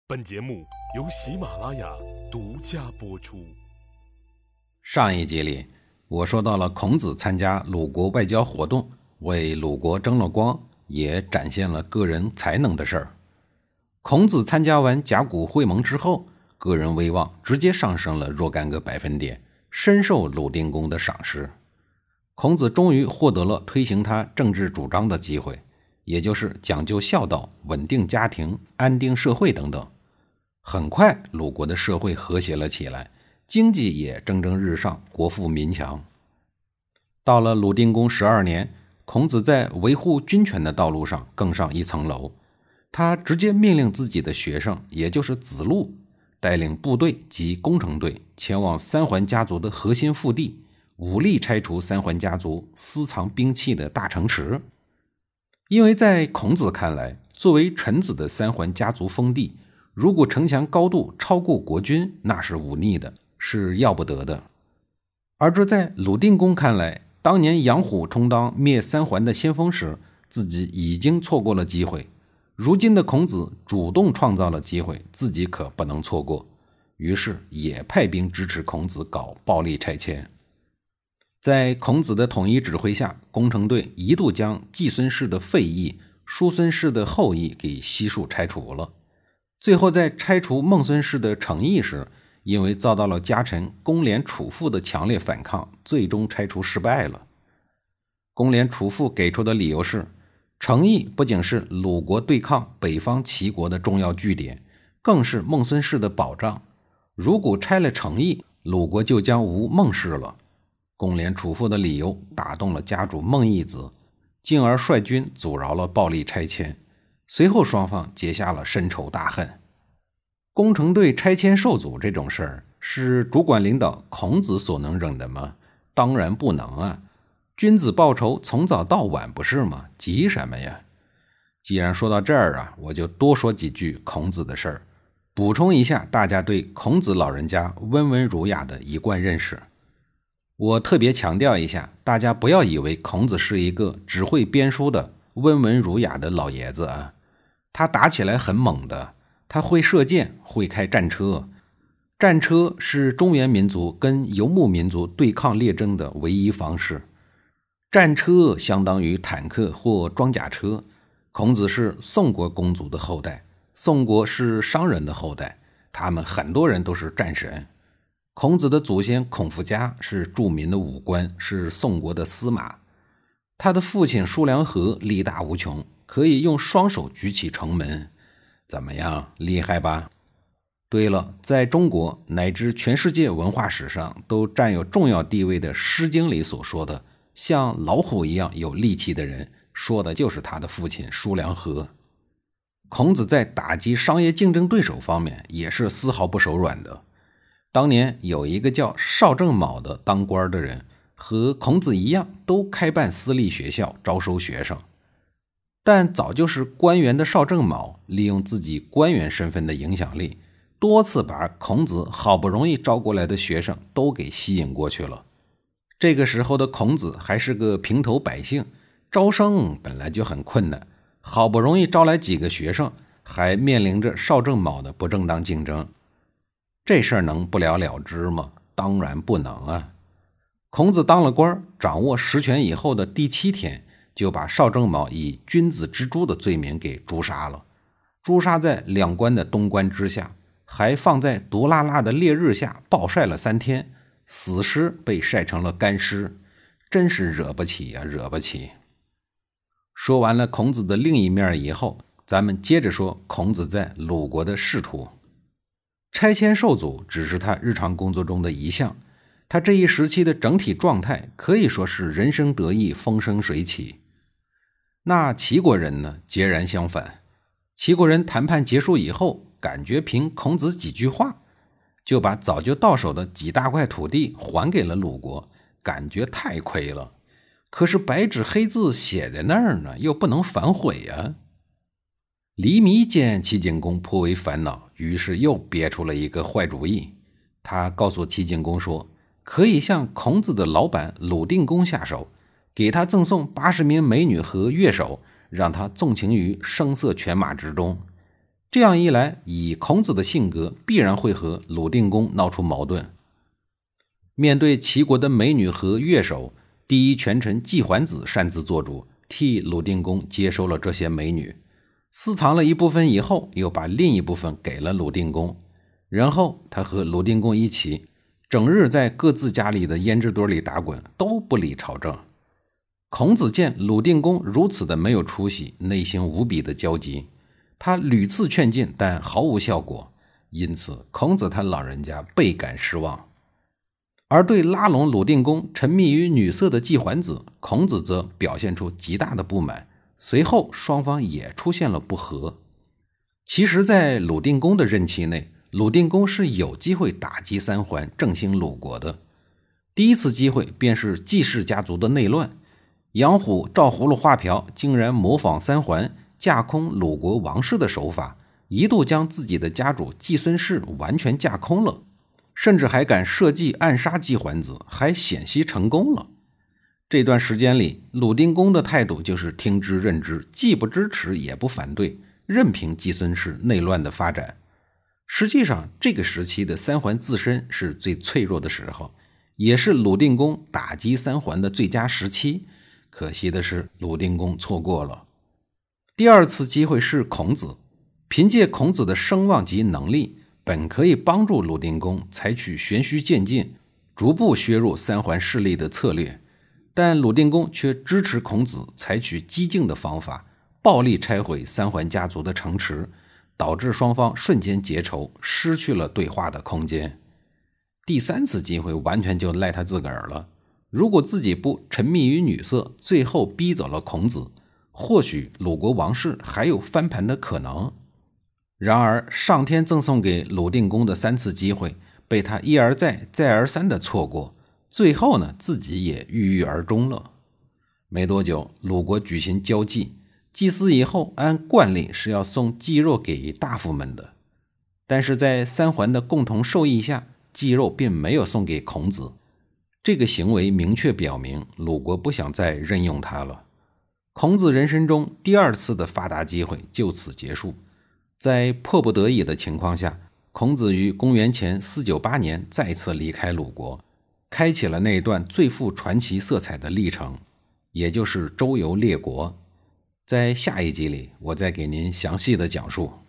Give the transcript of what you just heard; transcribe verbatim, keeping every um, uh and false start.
本节目由喜马拉雅独家播出。 上一集里，我说到了孔子参加鲁国外交活动，为鲁国争了光，也展现了个人才能的事儿。孔子参加完甲骨会盟之后，个人威望直接上升了若干个百分点，深受鲁定公的赏识。孔子终于获得了推行他政治主张的机会，也就是讲究孝道、稳定家庭、安定社会等等。很快，鲁国的社会和谐了起来，经济也蒸蒸日上，国富民强。到了鲁定公十二年，孔子在维护军权的道路上更上一层楼。他直接命令自己的学生，也就是子路，带领部队及工程队前往三桓家族的核心腹地，武力拆除三桓家族私藏兵器的大城池。因为在孔子看来，作为臣子的三桓家族封地，如果城墙高度超过国君，那是忤逆的，是要不得的。而这在鲁定公看来，当年杨虎充当灭三桓的先锋时，自己已经错过了机会。如今的孔子主动创造了机会，自己可不能错过，于是也派兵支持孔子搞暴力拆迁。在孔子的统一指挥下，工程队一度将季孙氏的废邑、叔孙氏的后邑给悉数拆除了。最后在拆除孟孙氏的城邑时，因为遭到了家臣公廉楚父的强烈反抗，最终拆除失败了。公廉楚父给出的理由是，城邑不仅是鲁国对抗北方齐国的重要据点，更是孟孙氏的保障。如果拆了城邑，鲁国就将无孟氏了。公廉楚父的理由打动了家主孟义子，进而率军阻挠了暴力拆迁。随后双方结下了深仇大恨。工程队拆迁受阻这种事儿，是主管领导孔子所能忍的吗？当然不能啊！君子报仇，从早到晚，不是吗？急什么呀？既然说到这儿啊，我就多说几句孔子的事儿，补充一下大家对孔子老人家温文儒雅的一贯认识。我特别强调一下，大家不要以为孔子是一个只会编书的温文儒雅的老爷子啊。他打起来很猛的，他会射箭，会开战车。战车是中原民族跟游牧民族对抗列征的唯一方式。战车相当于坦克或装甲车。孔子是宋国公族的后代，宋国是商人的后代，他们很多人都是战神。孔子的祖先孔夫家是著名的武官，是宋国的司马。他的父亲叔梁纥力大无穷，可以用双手举起城门，怎么样，厉害吧？对了，在中国乃至全世界文化史上都占有重要地位的《诗经》里所说的像老虎一样有力气的人，说的就是他的父亲叔梁纥。孔子在打击商业竞争对手方面也是丝毫不手软的。当年有一个叫邵正卯的当官的人，和孔子一样，都开办私立学校招收学生。但早就是官员的邵正卯，利用自己官员身份的影响力，多次把孔子好不容易招过来的学生都给吸引过去了。这个时候的孔子还是个平头百姓，招生本来就很困难，好不容易招来几个学生，还面临着邵正卯的不正当竞争。这事儿能不了了之吗？当然不能啊！孔子当了官，掌握实权以后的第七天，就把邵正卯以君子之诛的罪名给诛杀了，诛杀在两关的东关之下，还放在毒辣辣的烈日下暴晒了三天，死尸被晒成了干尸，真是惹不起呀、啊，惹不起。说完了孔子的另一面以后，咱们接着说孔子在鲁国的仕途。拆迁受阻只是他日常工作中的一项，他这一时期的整体状态可以说是人生得意，风生水起。那齐国人呢，截然相反。齐国人谈判结束以后，感觉凭孔子几句话，就把早就到手的几大块土地还给了鲁国，感觉太亏了。可是白纸黑字写在那儿呢，又不能反悔啊。黎弥见齐景公颇为烦恼，于是又憋出了一个坏主意。他告诉齐景公说，可以向孔子的老板鲁定公下手，给他赠送八十名美女和乐手，让他纵情于声色犬马之中。 这样一来，以孔子的性格，必然会和鲁定公闹出矛盾。面对齐国的美女和乐手，第一权臣季桓子擅自做主，替鲁定公接收了这些美女，私藏了一部分以后，又把另一部分给了鲁定公，然后他和鲁定公一起整日在各自家里的胭脂堆里打滚，都不理朝政。孔子见鲁定公如此的没有出息，内心无比的焦急，他屡次劝进，但毫无效果，因此孔子他老人家倍感失望。而对拉拢鲁定公沉迷于女色的季桓子，孔子则表现出极大的不满，随后双方也出现了不和。其实在鲁定公的任期内，鲁定公是有机会打击三桓，振兴鲁国的。第一次机会便是季氏家族的内乱，杨虎照葫芦画瓢，竟然模仿三桓架空鲁国王室的手法，一度将自己的家主季孙氏完全架空了，甚至还敢设计暗杀季桓子，还险些成功了。这段时间里，鲁定公的态度就是听之任之，既不支持也不反对，任凭季孙氏内乱的发展。实际上，这个时期的三桓自身是最脆弱的时候，也是鲁定公打击三桓的最佳时期。可惜的是，鲁定公错过了。第二次机会是孔子，凭借孔子的声望及能力，本可以帮助鲁定公采取循序渐进，逐步削弱三桓势力的策略，但鲁定公却支持孔子采取激进的方法，暴力拆毁三桓家族的城池，导致双方瞬间结仇，失去了对话的空间。第三次机会完全就赖他自个儿了，如果自己不沉迷于女色，最后逼走了孔子，或许鲁国王室还有翻盘的可能。然而上天赠送给鲁定公的三次机会，被他一而再再而三的错过，最后呢，自己也郁郁而终了。没多久，鲁国举行交祭，祭祀以后按惯例是要送祭肉给大夫们的，但是在三桓的共同授意下，祭肉并没有送给孔子。这个行为明确表明鲁国不想再任用他了。孔子人生中第二次的发达机会就此结束。在迫不得已的情况下，孔子于公元前四九八年再次离开鲁国，开启了那一段最富传奇色彩的历程，也就是周游列国。在下一集里，我再给您详细的讲述。